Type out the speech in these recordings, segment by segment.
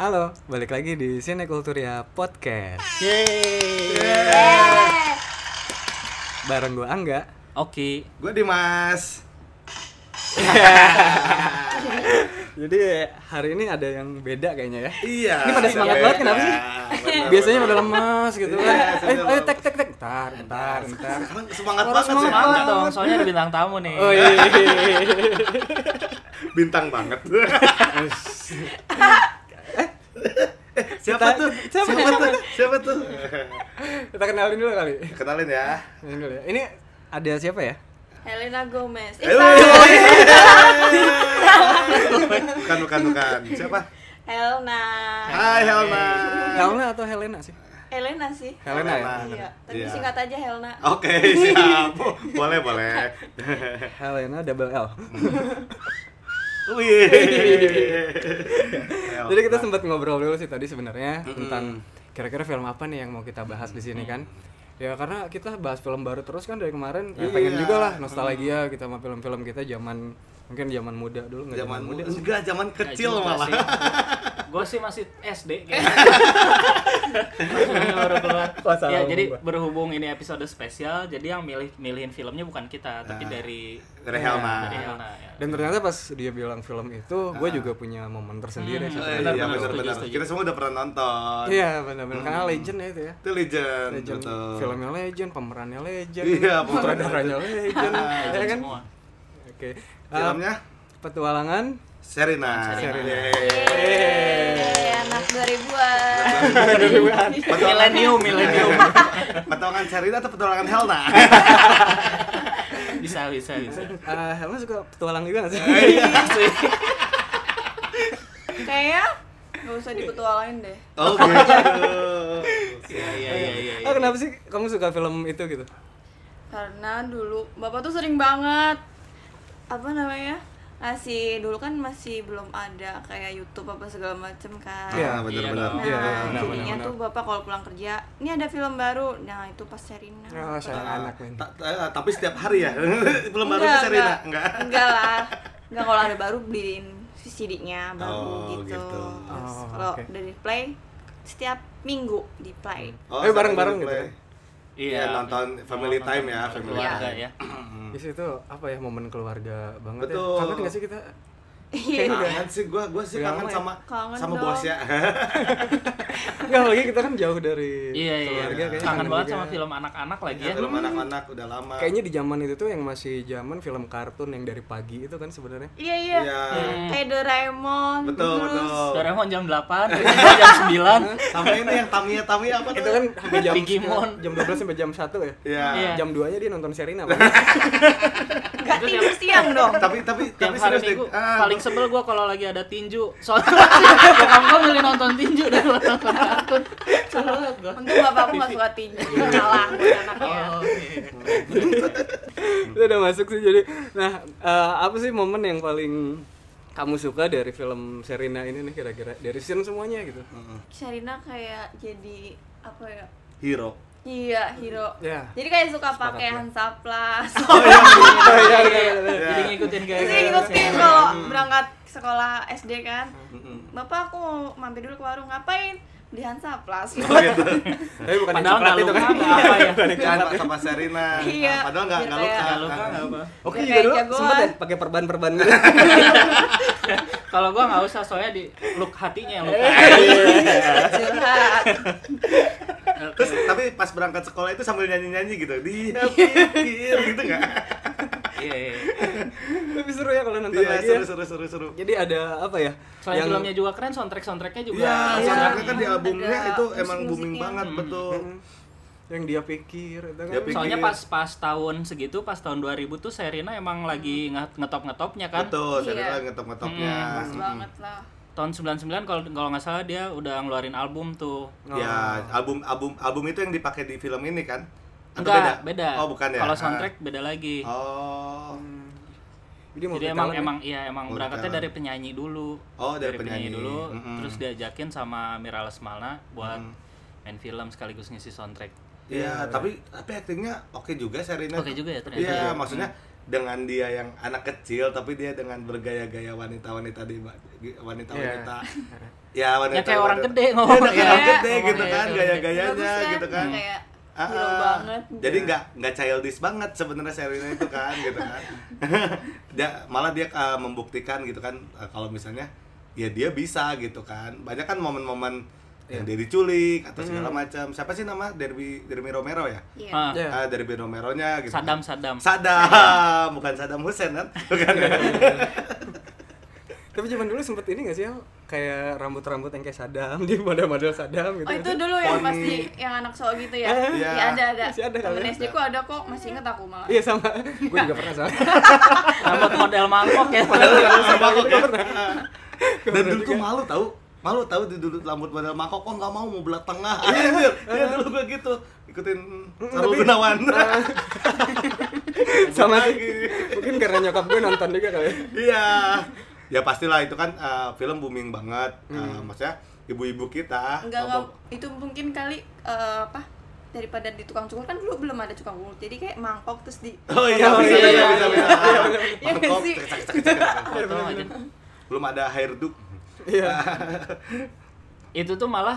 Halo, balik lagi di Sinekulturia Podcast. Bareng gue Angga. Oke. Gue Dimas. Jadi hari ini ada yang beda kayaknya ya. Iya. Ini pada semangat beda. banget, kenapa sih? Benar, Biasanya benar. pada lemas gitu kan. Iya, Ayo tek. Bentar. Sekarang semangat Orang banget sih. Semangat dong, soalnya ada bintang tamu nih. Oh iya. Bintang banget. Siapa tuh? Siapa tuh? Kita kenalin dulu kali. Kenalin ya. Kenalin dulu ya. Ini ada siapa ya? Helena Gomez. Bukan. Siapa? Helena. Hai Helma. Helena atau Helena sih? Helena sih. Helena ya? Iya, tapi Iya. singkat aja Helena. Oke, siap. Boleh. Helena double L. Wih. Jadi kita sempat ngobrol dulu sih tadi sebenarnya tentang kira-kira film apa nih yang mau kita bahas di sini kan. Ya karena kita bahas film baru terus kan dari kemarin. Ya pengen juga lah nostalgia kita sama film-film kita mungkin zaman muda dulu, enggak zaman muda sih. Enggak, zaman kecil malah. Gue sih masih SD kayaknya. Baru keluar. Ya, jadi berhubung ini episode spesial, jadi yang milihin filmnya bukan kita, tapi dari Helma. Ya. Dan ternyata pas dia bilang film itu, gue juga punya momen tersendiri sih. Iya, Benar, benar. setuju. Kita semua udah pernah nonton. Iya benar-benar karena legend ya itu ya. Itu legend. Legend, filmnya legend, pemerannya legend, Iya, sutradaranya legend, ya kan? Semua. Oke. Filmnya Petualangan Serina. Anak 2000-an. Milenium. Petualangan Serina atau petualangan Helna? Bisa. Helena suka petualang juga nggak sih? Kayaknya nggak usah dipetualangin deh. Oh gitu. Iya. Kenapa sih kamu suka film itu gitu? Karena dulu bapak tuh sering banget dulu kan masih belum ada kayak YouTube apa segala macem kan. Iya, benar. Nah, Iya, jadinya benar. tuh bapak kalau pulang kerja, ini ada film baru. Nah, itu pas Serina. Oh, sayang anak men. Tapi setiap hari ya. Belum baru Enggak, ke Serina, enggak. Enggak lah. Enggak, kalau ada baru beliin CD-nya baru Oh, gitu. gitu. Terus Oh, kalau oke. udah di play setiap minggu di play. Bareng-bareng gitu ya? Iya, nonton family time ya, family Keluarga time. ya. Di situ apa ya momen keluarga banget Betul. ya. Kangen nggak sih kita? Iya. Kangen sih, gua sih Udah kangen lama ya? Kangen sama dong. bos ya. Enggak lagi kita kan jauh dari Iya. keluarga kayaknya. Kangen banget juga. sama film anak-anak lagi ya. Film anak-anak udah lama. Kayaknya di zaman itu tuh yang masih zaman film kartun yang dari pagi itu kan sebenarnya. Iya. Iya. Kayak Doraemon. Betul. Doraemon jam 8, jam 9. Sama ini yang Tamiya apa tuh? Itu kan sampai jam Digimon. jam 12 sampai jam 1 ya. Iya. Iya. Jam 2-nya dia nonton Serina Bang. Gak tidur siang dong. Tapi Tiap hari serius deh. minggu paling sebel gue kalau lagi ada tinju. Soalnya bokap gue milih nonton tinju daripada nonton kartun. Salah banget gue. Untung bapakku gak suka tinju. Kalah buat anaknya. Itu udah masuk sih jadi. Nah, apa sih momen yang paling kamu suka dari film Serina ini nih kira-kira dari scene semuanya gitu? Serina kayak jadi apa ya? Hero. Iya, hero. Ya. Jadi kayak suka Sepakat pakai gue. Hansaplas. Jadi ngikutin Jadi gaya-gaya. ngikutin kalau berangkat sekolah SD kan. Bapak aku mau mampir dulu ke warung, ngapain? Beli Hansaplas. Tapi bukan yang Padahal coklat nggak itu luka kan. nggak apa ya. Kan sama Serina. Iya. Padahal enggak Biar luka. kayak- Nggak luka nggak apa. Oke, Kayak juga dulu jagoan. sempet ya pakai perban-perban gitu. Kalau gua nggak usah soalnya di look hatinya yang luka. Curhat. Terus tapi pas berangkat sekolah itu sambil nyanyi-nyanyi gitu. Dia pikir gitu enggak? Iya. Tapi seru ya kalau nonton Iya, lagi ya. seru. Jadi ada apa ya? Selain filmnya juga keren, soundtracknya juga. Iya, Iya. soalnya kan di albumnya Ada itu emang musik-musiknya. booming banget, betul. Yang dia pikir itu kan. Dia pikir. Soalnya pas tahun segitu, pas tahun 2000 tuh Serina emang lagi ngetop-ngetopnya kan. Betul, Serina Iya. ngetop-ngetopnya. Pas banget lah. Tahun 99 kalau nggak salah dia udah ngeluarin album tuh. Ya, album itu yang dipakai di film ini kan? Atau Enggak, beda. Oh, bukan ya. Kalau soundtrack beda lagi. Oh. Jadi emang Multi berangkatnya talent. dari penyanyi dulu. Oh, dari penyanyi. dulu, terus diajakin sama Mira Lesmana buat main film sekaligus ngisi soundtrack. Iya, tapi aktingnya oke juga Sherina. Oke juga ya ternyata. Iya, Ya. maksudnya dengan dia yang anak kecil tapi dia dengan bergaya-gaya wanita-wanita di wanita-wanita. Ya, wanita. Ya kayak orang gede Ya, ngomong. udah kayak orang ya. gede gitu Ngomongnya kan, orang gaya-gayanya Bagus gitu kan. kayak Ah, hero banget Jadi nggak childish banget sebenarnya Sherina itu kan gitu kan. Malah dia membuktikan gitu kan kalau misalnya ya dia bisa gitu kan. Banyak kan momen-momen yang dia diculik atau segala macam. Siapa sih nama Derby Romero ya? Iya. Ah, Iya. Derby Romero-nya gitu. Saddam. Saddam, bukan Saddam Hussein kan? Bukan. Tapi zaman dulu sempet ini nggak sih Al? Kayak rambut-rambut yang kayak Saddam, di model-model Saddam gitu. Oh itu dulu yang Poni. pasti yang anak cowok gitu ya? Iya. Iya ada. Masih ada kali Temen ya? SD ku ada kok, masih inget aku malah. Iya sama, gue juga pernah sama. Rambut model mangkok ya. Dan dulu tuh malu tahu di dulu rambut model mangkok kok nggak mau belah tengah. Iya, iya dulu gue gitu ikutin Sarul tapi- Gunawan. Sama sih. Mungkin karena nyokap gue nonton juga kali. Iya. Ya pastilah itu kan film booming banget. Maksudnya ibu-ibu kita. Enggak, itu mungkin kali apa? Daripada di tukang cukur kan dulu belum ada tukang cukur. Jadi kayak mangkok terus di Oh iya, Oh, bisa. iya, Iya Mangkok, sih. cek. Foto aja. Belum ada hairdo. Iya. Itu tuh malah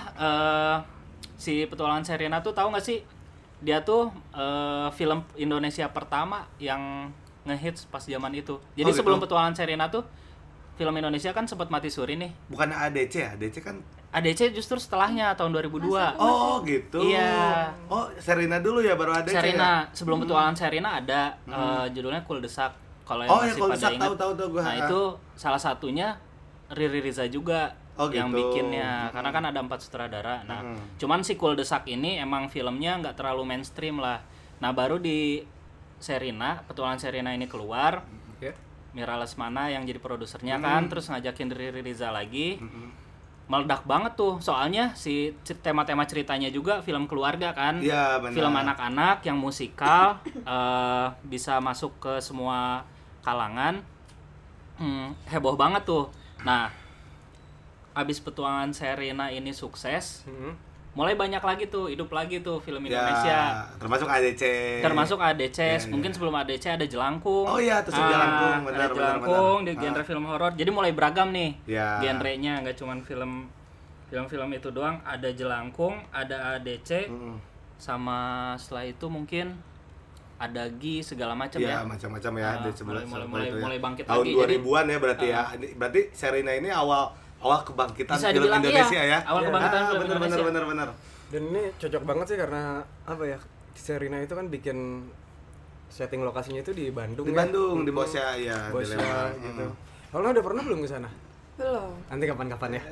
si Petualangan Sherina tuh tahu nggak sih, dia tuh film Indonesia pertama yang ngehits pas zaman itu. Jadi Oh, gitu? sebelum Petualangan Sherina tuh film Indonesia kan sempat mati suri nih. Bukan ADC ya? ADC kan. ADC justru setelahnya tahun 2002. Oh, gitu. Iya. Oh, Sherina dulu ya baru ADC. Sherina, Ya? sebelum Petualangan Sherina ada judulnya Kuldesak. Kalau yang Oh, ya masih kalau pada Desak ingat. tahu gua. Nah, itu salah satunya Riri Riza juga Oh, yang gitu. bikinnya. Karena kan ada 4 sutradara. Nah, cuman si Kuldesak ini emang filmnya nggak terlalu mainstream lah. Nah, baru di Sherina, Petualangan Sherina ini keluar. Ya. Mira Lesmana yang jadi produsernya kan, terus ngajakin Riri Riza lagi. Meledak banget tuh, soalnya si tema-tema ceritanya juga film keluarga kan. Iya, benar. Film anak-anak yang musikal, bisa masuk ke semua kalangan. Heboh banget tuh. Nah, abis Petualangan Sherina ini sukses, mulai banyak lagi tuh, hidup lagi tuh film Indonesia. Ya, termasuk ADC. Termasuk ADC, Ya, mungkin ya. sebelum ADC ada Jelangkung. Oh iya, terus Jelangkung, Ada benar, Jelangkung benar. di genre film horor. Jadi mulai beragam nih Ya. genrenya, nggak cuman film-film itu doang. Ada Jelangkung, ada ADC, sama setelah itu mungkin ada Gi segala macam Iya, ya. macam-macam ya di sebelah mulai bangkit tahun lagi. 2000-an ya berarti ya. Berarti Sherina ini awal kebangkitan Bisa film dibilang Indonesia iya, ya. awal kebangkitan film bener, Indonesia. bener. Dan ini cocok banget sih karena apa ya? Sherina itu kan bikin setting lokasinya itu di Bandung. Di ya? Bandung, di Bosya ya, di Bosya Lembang. gitu. Kalau udah pernah belum ke sana? Belum. Nanti kapan-kapan ya.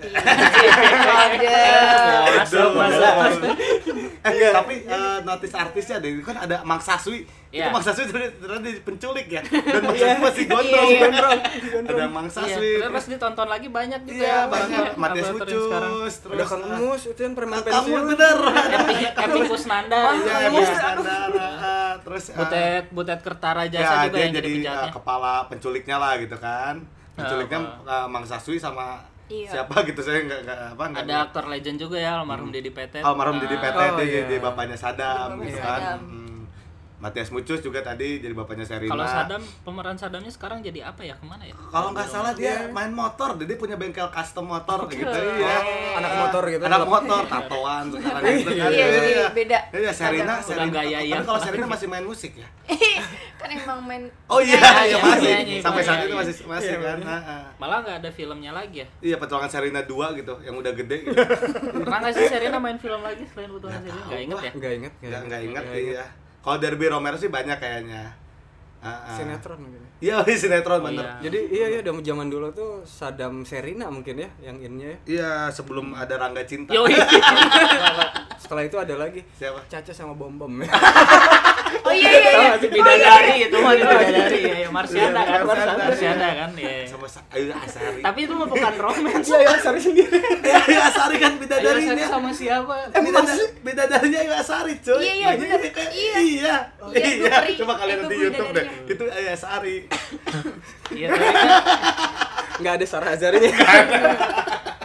Masuk. Tapi notis artisnya deh, kan ada Mang Saswi. Itu Iya. Mang Saswi ternyata di penculik ya. Dan Mang Saswi masih gondrong. Ada Mang Saswi. Iya, terus ditonton lagi banyak juga. Iya, ya, banyak Matias aktor-aktor yang sekarang. Mucus, Ada terus Kang Mus itu yang preman Kamu pensiun. bener. Epi Kusnanda, Iya, iya. terus Butet Kertara ya, Jasa juga dia yang jadi penjahatnya. kepala penculiknya lah gitu kan. Penculiknya Mang Saswi sama Iya. siapa gitu, saya nggak nggak Ada aktor legend juga ya, almarhum Didi Petet. almarhum Didi Petet, Oh, dia iya. jadi bapaknya Saddam Bapaknya gitu kan. Saddam. Matias Mucus juga tadi jadi bapaknya Sherina. Kalau Saddam, pemeran Saddamnya sekarang jadi apa ya? Kemana ya? Kalau nggak salah dia main motor, dia punya bengkel custom motor gitu. Iya. Anak motor gitu. Anak motor, tatoan sekarang gitu kan. Iya, jadi beda. Iya, Sherina, Udah gaya ya. Tapi kalau Sherina masih main musik ya? Kan emang main Oh iya, Iya, iya masih. nyanyi, Sampai saat nyanyi. itu masih Iya, kan. bener. Malah nggak ada filmnya lagi ya. Iya, Petualangan Sherina 2 gitu, yang udah gede gitu. Pernah nggak sih Sherina main film lagi selain Petualangan Sherina? Nggak inget ya? Enggak inget. Nggak ingat iya. Kalau Derby Romero sih banyak kayaknya. Sinetron mungkin. Iya, sinetron Oh, bener. iya. Jadi iya dari zaman dulu tuh Saddam Sherina mungkin ya yang innya ya. Iya, sebelum ada Rangga Cinta. Yoi. Setelah itu ada lagi Siapa? Caca sama Bom Bom. Oh iya iya iya. Bidadari itu mah Bidadari ya, Marsyanda kan. Marsyanda. Marsyanda kan. Iya. Sama Ayu Asari. Tapi itu mah bukan romance. Iya ya, Sari sendiri. Ayu Asari kan Ayo bidadarinya. sama siapa? Bidadarinya Ayu Asari, cuy. Iya, iya, bener. Kayak- Iya. Iya. Iya, Iya. Putri. Coba kalian Itu nanti YouTube deh. bidadarinya. Itu Ayu Asari. Iya, tapi kan Enggak ada Sarah Azharinya.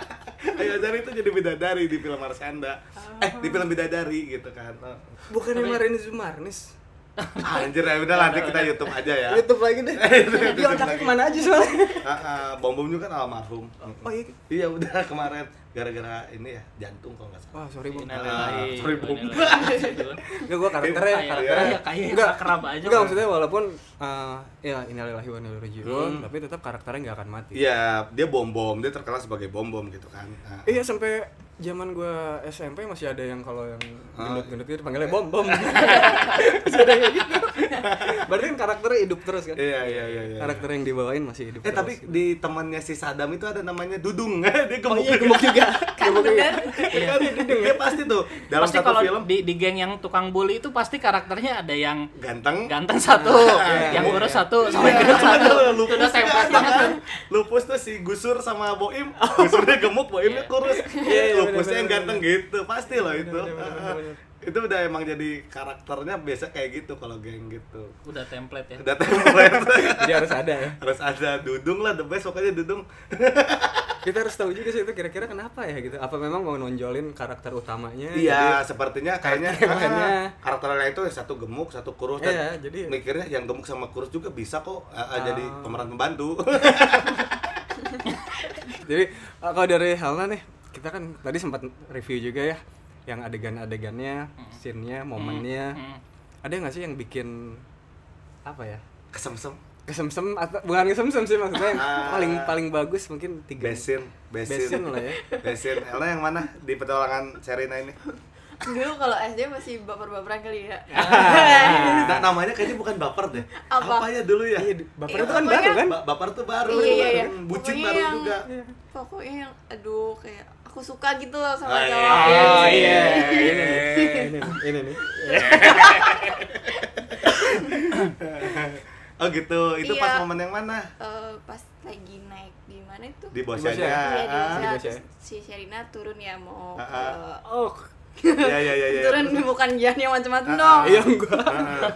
Ayu Azhari itu jadi bidadari di film Marsyanda. Di film Bidadari gitu kan. Bukannya Marini Zumarnis? Anjir, ya udah nanti kita YouTube aja ya. YouTube lagi deh. Dia otaknya kemana aja soalnya? Bom juga kan almarhum. Oh iya. Iya udah kemarin gara-gara ini ya jantung kalau nggak salah. Wah, sorry Bom. Sorry, Bom. Enggak, gua karakternya kayak enggak akrab aja. Enggak, maksudnya walaupun ya innalillahi wa inna ilaihi raji'un, tapi tetap karakternya enggak akan mati. Iya, dia bom-bom, dia terkenal sebagai bom-bom gitu kan. Iya, sampai zaman gua SMP masih ada yang kalau yang gendut-gendut gitu panggilnya bom-bom. Masih ada kayak gitu. Berarti kan karakternya hidup terus kan? Iya. Karakter yang dibawain masih hidup terus. Tapi di temannya si Saddam itu ada namanya Dudung. Dia gemuk. gemuk juga. Gemuk juga. Iya, dia pasti tuh dalam Pasti satu kalau film di geng yang tukang bully itu pasti karakternya ada yang ganteng satu, yang kurus satu, sama yang gendut satu. Itu udah template banget tuh. Lupus tuh si Gusur sama Boim. Gusurnya gemuk, Boimnya kurus. Lupusnya yang ganteng gitu. Pasti loh itu. Itu udah emang jadi karakternya biasa kayak gitu kalau geng gitu. Udah template ya. Udah template. Jadi harus ada ya. Harus ada Dudung lah, the best pokoknya Dudung. Kita harus tahu juga sih itu kira-kira kenapa ya gitu. Apa memang mau nonjolin karakter utamanya? Iya, sepertinya kayaknya karakternya itu satu gemuk, satu kurus. Iya, Dan jadi mikirnya yang gemuk sama kurus juga bisa kok jadi pemeran pembantu. Jadi kalau dari Helna nih, kita kan tadi sempat review juga ya, yang adegan-adegannya, scene-nya, momennya. Ada nggak sih yang bikin apa ya? Kesemsem. Kesemsem atau bukan kesemsem sih maksudnya paling bagus mungkin 3 Besin lah ya. Besin. Elna yang mana di petualangan Sherina ini? Dulu kalau SD masih baper-baperan kali ya. Nah, namanya kayaknya bukan baper deh. Apa ya dulu ya? Baper itu kan baru kan? Baper tuh baru. Iya. Bucin Pokoknya baru yang- juga. Pokoknya yang aduh kayak aku suka gitu loh sama Oh, cowok. iya. Ini nih. Oh gitu, itu Iya. pas momen yang mana? Pas lagi naik di mana itu? Di Bosnya. Bosnya. Iya, di di Bosnya. Bosnya. Terus si Sherina turun ya mau Oh, Iya. turun bukan jangan yang macam-macam dong. iya enggak.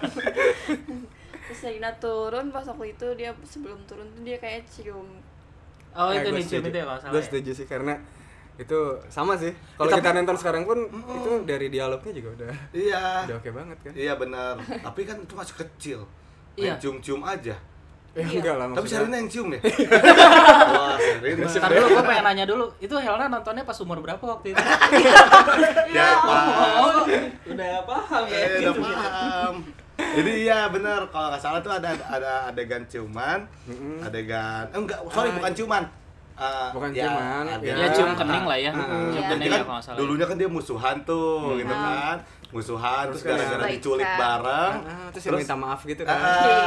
Terus Sherina turun pas waktu itu dia sebelum turun tuh dia kayak cium. Oh, itu Gua nih cium setuju. itu ya kalau salah. Gue Ya? setuju sih karena itu sama sih. Kalau kita nonton sekarang pun itu dari dialognya juga udah Iya. oke banget kan. Iya benar. Tapi kan itu masih kecil. Iya. Main cium-cium aja. Enggak lah Tapi maksudnya. Sherina yang cium ya? Wah, Sherina. Ntar dulu gue pengen nanya dulu, itu Helna nontonnya pas umur berapa waktu itu? Ya, Oh, udah paham ya. udah paham. Jadi iya benar, kalau nggak salah tuh ada adegan ciuman, adegan bukan ciuman. Bukan ciuman. Ya cium kening lah ya. Cium Iya. kening Dia ya kan kalau salah. dulunya kan dia musuhan tuh, gitu kan. Musuhan terus gara-gara diculik bareng. Terus yang minta maaf gitu kan.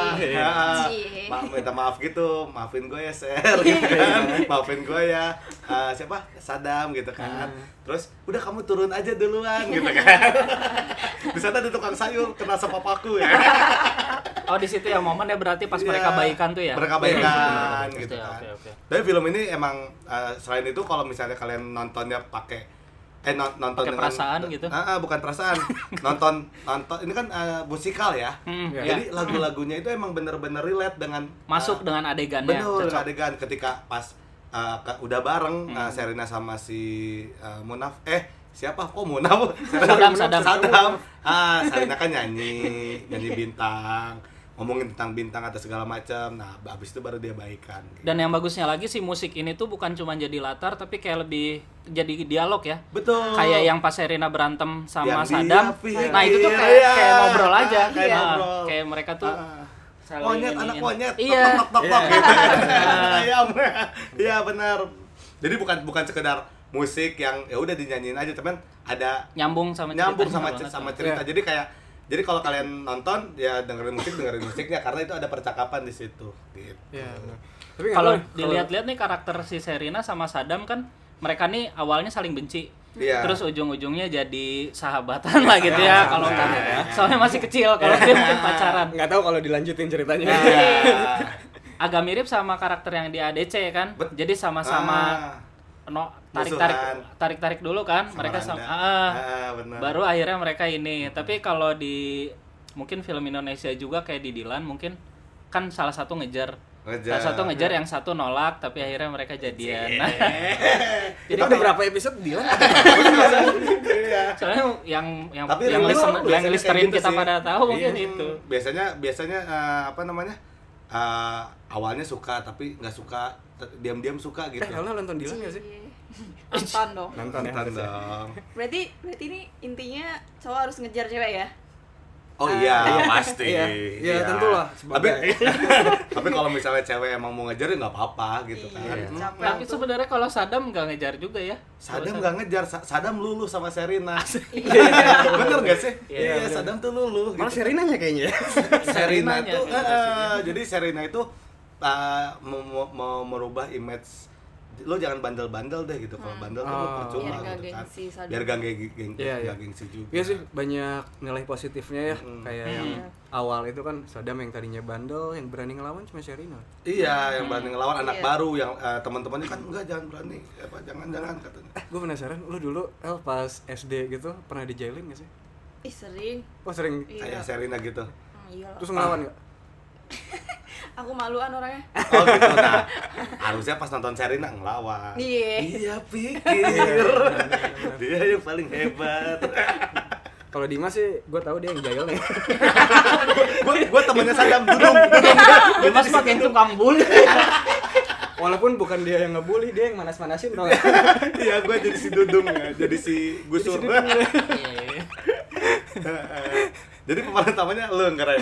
Minta maaf gitu, maafin gue ya Ser gitu kan. Maafin gue ya siapa? Saddam gitu kan. Terus udah kamu turun aja duluan gitu kan. Di sana ada tukang sayur kena sepapaku ya. Oh, di situ ya momennya berarti pas mereka baikan tuh ya. Mereka baikan gitu kan. Oke. Tapi film ini emang selain itu kalau misalnya kalian nontonnya pakai nonton Pakai dengan perasaan gitu. bukan perasaan. nonton ini kan musikal ya. Iya. Jadi lagu-lagunya itu emang bener-bener relate dengan Masuk dengan adegannya. bener cocok. adegan ketika pas udah bareng Sherina sama si Munaf siapa kok Munaf? Saddam. Saddam. Sherina kan nyanyi bintang, ngomongin tentang bintang atau segala macam. Nah, habis itu baru dia baikan. Dan yang bagusnya lagi si musik ini tuh bukan cuma jadi latar tapi kayak lebih jadi dialog ya. Betul. Kayak yang pas Sherina berantem sama Yang Saddam. dia Nah, itu tuh pikir, kayak ngobrol aja. kayak Nah, ngobrol. kayak mereka tuh saling Monyet, anak iniin. monyet, Iya. tok gitu. Ayam. Iya benar. Jadi bukan sekedar musik yang ya udah dinyanyiin aja, teman, ada Nyambung sama cerita. Jadi kalau kalian nonton ya dengerin musiknya karena itu ada percakapan di situ gitu. Iya. Tapi Kalau dilihat-lihat nih karakter si Sherina sama Saddam kan mereka nih awalnya saling benci. Iya. Terus ujung-ujungnya jadi sahabatan lah gitu ya kalau kan. Soalnya masih kecil kalau dia mungkin pacaran. nggak tahu kalau dilanjutin ceritanya. Agak mirip sama karakter yang di ADC kan. Jadi sama-sama tarik-tarik dulu kan. Mereka sama benar. baru akhirnya mereka ini. Tapi kalau di mungkin film Indonesia juga kayak di Dilan mungkin kan salah satu ngejar Salah satu ngejar, yang satu nolak, tapi akhirnya mereka jadian. Nah, Itu ada berapa episode Dilan? soalnya yang Tapi yang real listen, biasanya yang kayak listerin gitu kita sih. pada tahu mungkin Iya. itu. Biasanya apa namanya? Awalnya suka tapi nggak suka, diam-diam suka gitu. Ella nonton Dilan nggak sih? Nonton dong. Nonton ya. Nonton dong. Berarti ini intinya cowok harus ngejar cewek ya? Oh iya, pasti. Iya, tentulah. Tapi tapi kalau misalnya cewek emang mau ngejar ya nggak apa-apa gitu kan. Iya, capek Tapi tuh. sebenarnya kalau Sadam nggak ngejar juga ya. Sadam nggak ngejar, Sadam luluh sama Sherina. Iya. Bener nggak sih? Iya, Iya, Sadam tuh luluh. Malah gitu. Serinanya kayaknya. Sherina Serinanya tuh, gitu jadi Sherina itu mau merubah image. Lo jangan bandel-bandel deh gitu. Kalau bandel tuh lo Oh. percuma Biar nggak gitu kan. gengsi, Sadam. Biar gak Iya, iya. gengsi juga. Iya sih, banyak nilai positifnya ya. Kayak yang awal itu kan Sadam yang tadinya bandel, yang berani ngelawan cuma Sherina. Iya, yang berani ngelawan anak Iya. baru yang teman-temannya kan enggak, jangan berani. Jangan katanya. Gue penasaran, lu dulu pas SD gitu pernah dijailin gak sih? Ih sering. Oh sering. Iya. Kayak Sherina gitu. Iya lah. Terus ngelawan gak? Aku maluan orangnya. Oh gitu. Nah, harusnya pas nonton Sherina ngelawan. Iya. Iya, pikir. Dia yang paling hebat. Kalau Dimas sih, gue tahu dia yang jail nih. Gua temennya Sadam, dudung. Dimas pakai tukang bully. Walaupun bukan dia yang ngebully, dia yang manas-manasin tau gak? Iya, gua jadi si Dudung ya, jadi si Gusur. Iya. Jadi pemeran utamanya lu enggak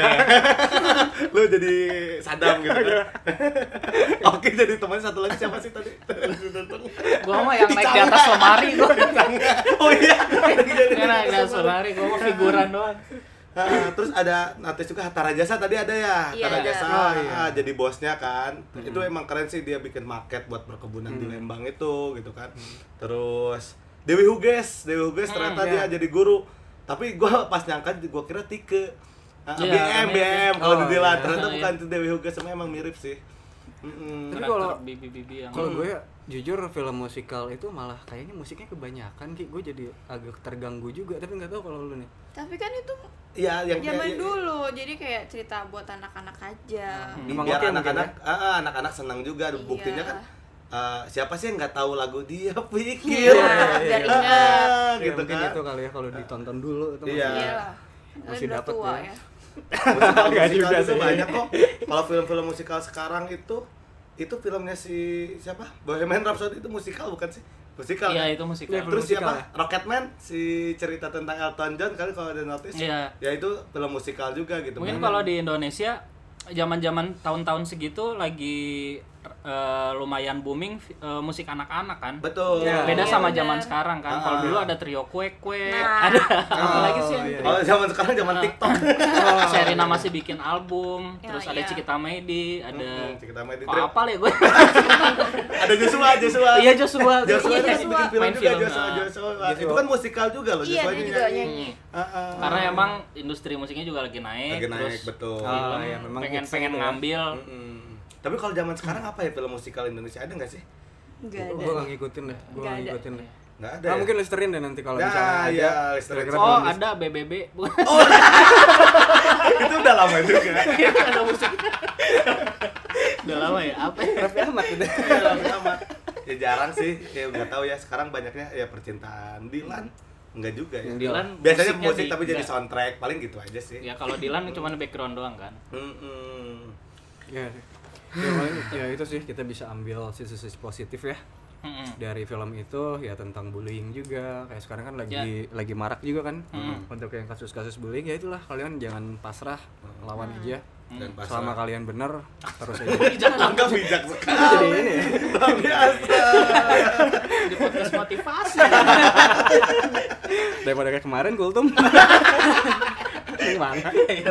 Lu jadi Sadam gitu kan. Oke, jadi temannya satu lagi siapa sih tadi? Gua mah yang naik di atas lemari gua. Oh iya. Yang naik di atas lemari, gua mah figuran doang. Terus ada artis juga Hatta Rajasa tadi ada ya. Iya, Hatta Rajasa ada. Oh, iya. jadi bosnya kan. Itu emang keren sih, dia bikin market buat perkebunan di Lembang itu gitu kan. Terus Dewi Huges ternyata iya. dia jadi guru. Tapi gua pas nyangka gua kira Tike. Iya, BM kalau Oh, di Dilan iya. ternyata Iya. bukan itu Dewi Huges, sama emang mirip sih. Tapi Karakter kalau bibi-bibi yang kalau gue jujur film musikal itu malah kayaknya musiknya kebanyakan, Ki. Gue jadi agak terganggu juga, tapi nggak tahu kalau lu nih. Tapi kan itu Iya, yang zaman dulu, jadi kayak cerita buat anak-anak aja. Emang biar oke mungkin anak-anak anak-anak senang juga. Buktinya Iya. kan siapa sih yang nggak tahu lagu dia pikir Iya, biar ingat. gitu mungkin kan. itu kali ya kalau ditonton dulu itu Iya. Iya lah. Masih Udah dapet tua ya. Musikal Nggak juga itu sih. banyak kok. Kalau film-film musikal sekarang itu filmnya si siapa? Bohemian Rhapsody itu musikal bukan sih? Musikal. Iya, kan? itu musikal. Iya, Terus musikal siapa? ya? Rocketman, si cerita tentang Elton John kan kalau ada notice. Iya. Ya itu film musikal juga gitu. Mungkin Banyak. kalau di Indonesia zaman-zaman tahun-tahun segitu lagi lumayan booming musik anak-anak kan. Betul. Iya. Beda Iya, sama benar. zaman sekarang kan. Kalau dulu ada trio kue-kue, Nah. ada apa lagi sih? iya. Kalau zaman sekarang zaman TikTok. Sherina masih bikin album, Ya, terus ada iya. Cikita Medi, ada Cikita Medi kok Dream. apa ya gue? Ada Joshua. Iya Joshua. Joshua Iya, kan Joshua. bikin film Main juga film, Joshua. Joshua. Itu kan musikal juga loh, Iya, Joshua dia nya juga nyanyi. nyanyi. Karena emang industri musiknya juga lagi naik, Lagi naik, terus betul. Ah, iya, memang pengen hits pengen itu ya. ngambil. Tapi kalau zaman sekarang apa ya film musikal Indonesia, ada nggak sih? Enggak Gue ada. nggak ngikutin deh, gue Nggak nggak ada. ngikutin deh. Nggak ada. Nah, ya? mungkin listerin deh nanti kalau Ya, misalnya ada. iya, listerin. kira-kira Oh, film ada BBB. Itu udah lama juga. Ada musik. Udah lama ya? Apa ya? Raffi Ahmad gitu. Udah lama amat. Ya jarang sih, ya nggak tahu ya. Sekarang banyaknya ya percintaan. Dilan enggak juga ya. Dilan Biasanya musiknya musik tapi jadi enggak. soundtrack, paling gitu aja sih. Ya kalau Dilan cuma background doang kan. Mm-mm. Ya, ya, paling, ya itu sih kita bisa ambil sisi-sisi positif ya dari film itu, ya tentang bullying juga. Kayak sekarang kan lagi marak juga kan untuk yang kasus-kasus bullying. Ya itulah, kalian jangan pasrah, lawan aja. Dan pas Selama kalian bener terus aja. Angga bijak sekali. Jadi ini ya. Luar biasa. Di podcast motivasi. Daripada kayak kemarin Kultum. Gimana?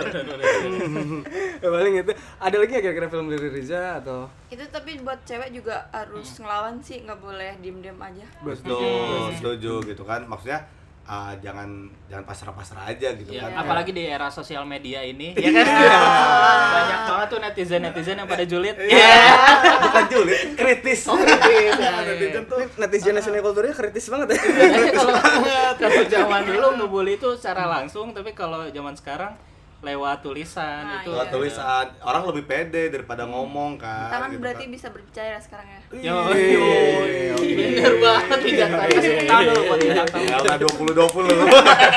Ya, paling itu. Ada lagi ya kira-kira film dari Riza atau Itu tapi buat cewek juga harus ngelawan sih, nggak boleh diem-diem aja. Betul, setuju gitu kan. Maksudnya jangan pasrah-pasrah aja gitu Ya, kan. apalagi di era sosial media ini, ya kan? Banyak banget tuh netizen yang pada julid. Bukan julid, kritis. Netizen tuh netizen nasional kulturnya kritis banget ya. Biasanya kalau zaman dulu ngebully itu secara langsung, tapi kalau zaman sekarang lewat tulisan Nah, itu. Lewat tulisan orang lebih pede daripada ngomong kan. Tangan gitu berarti kan. bisa berbicara sekarang ya. Yo, bener banget tidak tahu kasih tahu dulu buat tidak tahu. Ya udah 20-20.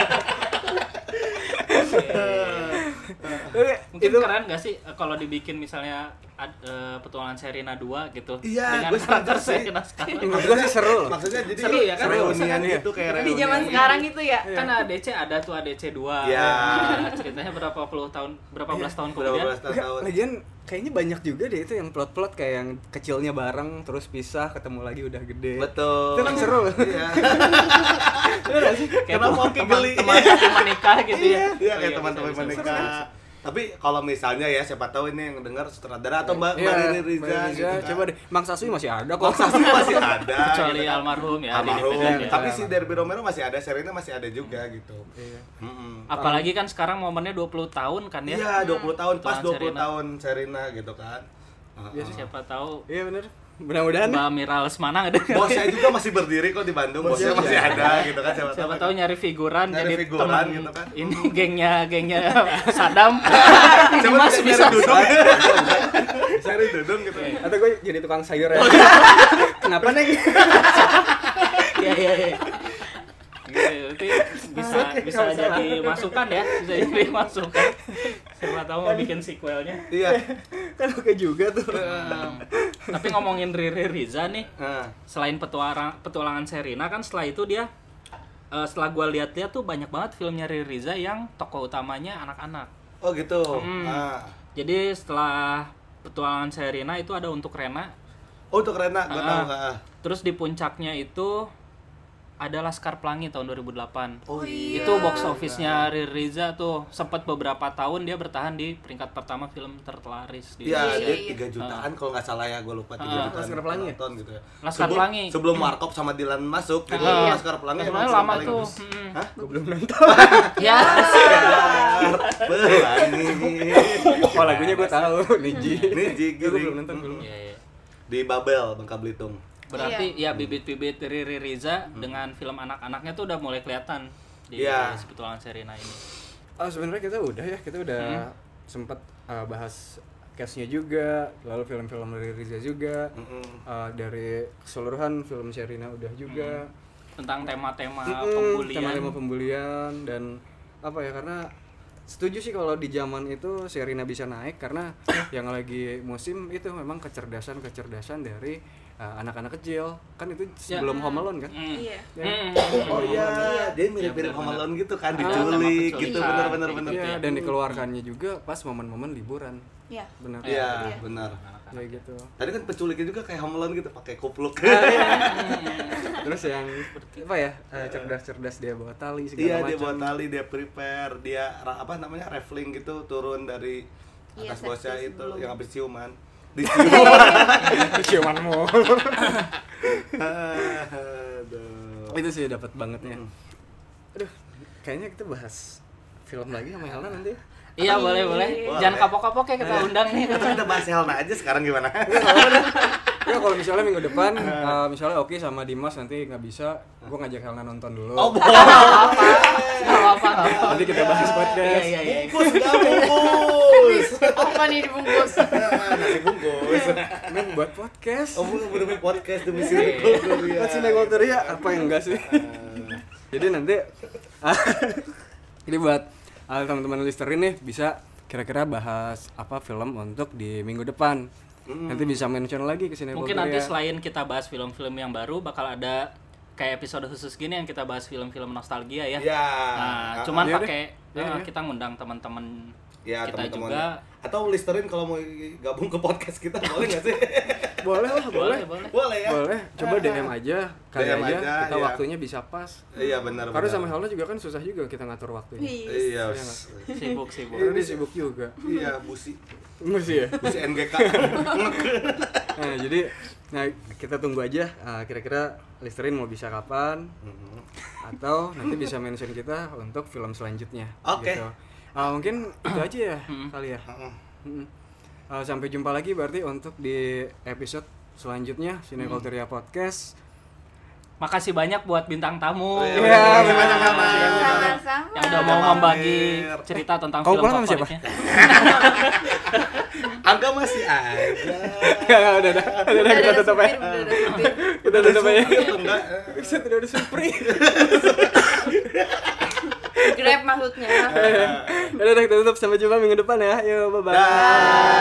Mungkin keren gak sih kalau dibikin misalnya petualangan Sherina 2 gitu Iya, dengan gue setuju karakter sih. Sherina sekarang. Menurut gua sih seru loh. Maksudnya jadi Seru ya kan? reunian gitu kayak Di zaman reunian. sekarang itu ya. Kan ADC ada tuh ADC 2. Iya. Nah, ceritanya berapa belas tahun Berapa kemudian. belas Enggak, tahun. lagian kayaknya banyak juga deh itu yang plot-plot kayak yang kecilnya bareng terus pisah ketemu lagi udah gede. Betul. Itu kan seru. Iya. Kayak Kenapa Oki geli? teman menikah gitu ya. Iya kayak Iya, teman-teman bisa, bisa. menikah. Tapi kalau misalnya ya siapa tahu ini yang dengar sutradara atau Mbak Iya, Riri Riza Mbak gitu kan. coba deh. Mang Saswi masih ada kok. Bang Saswi masih ada. Kecuali gitu kan. almarhum ya. Almarhum. Independen ya. Tapi si Derby Romero masih ada, Sherina masih ada juga gitu. Iya. Apalagi kan sekarang momennya 20 tahun kan ya. Iya, 20 tahun pas Tuan 20 Sherina. tahun Sherina gitu kan. Iya sih. Siapa tahu Iya bener. Mudah-mudahan Mbak Mira Lesmana ada. Bosnya juga masih berdiri kok di Bandung, bosnya masih ada gitu kan Siapa tahu nyari figuran Nyari jadi figuran temen gitu kan. Ini gengnya Saddam. Coba Mas bisa dudung. Cari dudung gitu. atau gue jadi tukang sayur ya. Kenapa nih? Iya. Gitu, bisa jadi masukan ya, bisa jadi masukan. Siapa tahu mau bikin sequelnya. Iya. Kan oke juga tuh. Tapi ngomongin Riri Riza nih, Nah, selain petualangan Sherina kan setelah itu dia setelah gue lihat-lihat tuh banyak banget filmnya Riri Riza yang tokoh utamanya anak-anak. oh gitu. Hmm. Nah. Jadi setelah petualangan Sherina itu ada Untuk Rena. Oh, untuk Rena gua tahu enggak. Terus di puncaknya itu ada Laskar Pelangi tahun 2008. Oh iya. Itu box office-nya Riri Riza tuh sempat beberapa tahun dia bertahan di peringkat pertama film terlaris di Iya, Indonesia. dia 3 jutaan kalau nggak salah ya, gue lupa 3 jutaan. Laskar Pelangi ya? penonton gitu ya. Laskar Pelangi. Sebelum Warkop sama Dilan masuk, gitu. Iya. Laskar Pelangi Sebenarnya film lama paling- tuh. Hah? Gue belum nonton. Ya. Pelangi. Oh lagunya gue tahu. Niji. Niji, Gue giring. belum nonton belum. Iya, iya. Di Babel, Bangka Belitung. Berarti ya bibit-bibit dari Riri Riza dengan film anak-anaknya tuh udah mulai kelihatan di Iya. Petualangan Sherina ini. Oh sebenarnya kita udah sempet bahas cast-nya juga, lalu film-film dari Riza juga, dari keseluruhan film Sherina udah juga. Tentang tema-tema pembulian. Tema-tema pembulian dan apa ya, karena setuju sih kalau di zaman itu Sherina bisa naik karena yang lagi musim itu memang kecerdasan dari anak-anak kecil kan itu sebelum Home Alone kan. Iya. Oh iya, dia mirip-mirip Home Alone gitu kan, diculik gitu, bener-bener. Iya, dan dikeluarkannya juga pas momen-momen liburan. Iya. Benar. Iya, benar. Kayak gitu. Tadi kan penculiknya juga kayak Home Alone gitu, pakai kupluk. Terus yang apa ya? Cerdas-cerdas dia bawa tali segala Iya, macam. dia bawa tali, dia prepare, dia apa namanya, raffling gitu, turun dari Iya, atas bosnya safety itu sebelum. yang habis ciuman. Dicium. Ciumanmu. Aduh. Itu sih dapat bangetnya. Aduh, kayaknya kita bahas film lagi sama Helna nanti. Iya, boleh. Jangan kapok-kapok ya kita undang nih. Kita bahas Helna aja sekarang gimana? Ya kalau misalnya minggu depan misalnya Oki sama Dimas nanti nggak bisa, gue ngajak Helna nonton dulu. Oh, Enggak apa-apa. Nanti kita bahas podcast. Iya. bungkus, nggak bungkus. Apa nih dibungkus? Nasi bungkus. Ini buat podcast. Oh, demi podcast demi Sinekultur ya. Buat Sinekultur ya, apa yang enggak sih? Jadi nanti ini buat teman-teman listerin nih bisa kira-kira bahas apa film untuk di minggu depan. Nanti bisa mention lagi ke Sinekultur. Mungkin nanti ya. selain kita bahas film-film yang baru bakal ada kayak episode khusus gini yang kita bahas film-film nostalgia ya. Ya. Nah, cuman iya deh. pakai Iya. kita ngundang teman-teman Ya, kita teman-teman. juga. Atau listerin kalau mau gabung ke podcast kita boleh nggak sih? Boleh lah, boleh. Boleh ya. Boleh. Coba DM aja, kali DM aja, aja, kita iya. waktunya bisa pas. Iya benar. Karena sama Helna juga kan susah juga kita ngatur waktunya. Iya. Sibuk. Karena dia sibuk juga. Iya, busi. Mesti ya. Busi NGK. Nah, jadi kita tunggu aja kira-kira listerin mau bisa kapan atau nanti bisa mention kita untuk film selanjutnya. Oke. Gitu. Mungkin itu aja ya kali ya. Sampai jumpa lagi berarti untuk di episode selanjutnya Sinekultur Podcast. makasih banyak buat bintang tamu. Iya, Terima kasih banyak, Kak. Sama-sama. Yang udah mau membagi cerita tentang Kamu film pulang sama siapa? favoritnya. Angga masih aja. Enggak, udah kita tutup ya. Kita tutup ya. Enggak. Bisa tidak ada supri. Grab maksudnya. Udah kita tutup, sampai jumpa minggu depan ya. Yuk, bye bye. Dah.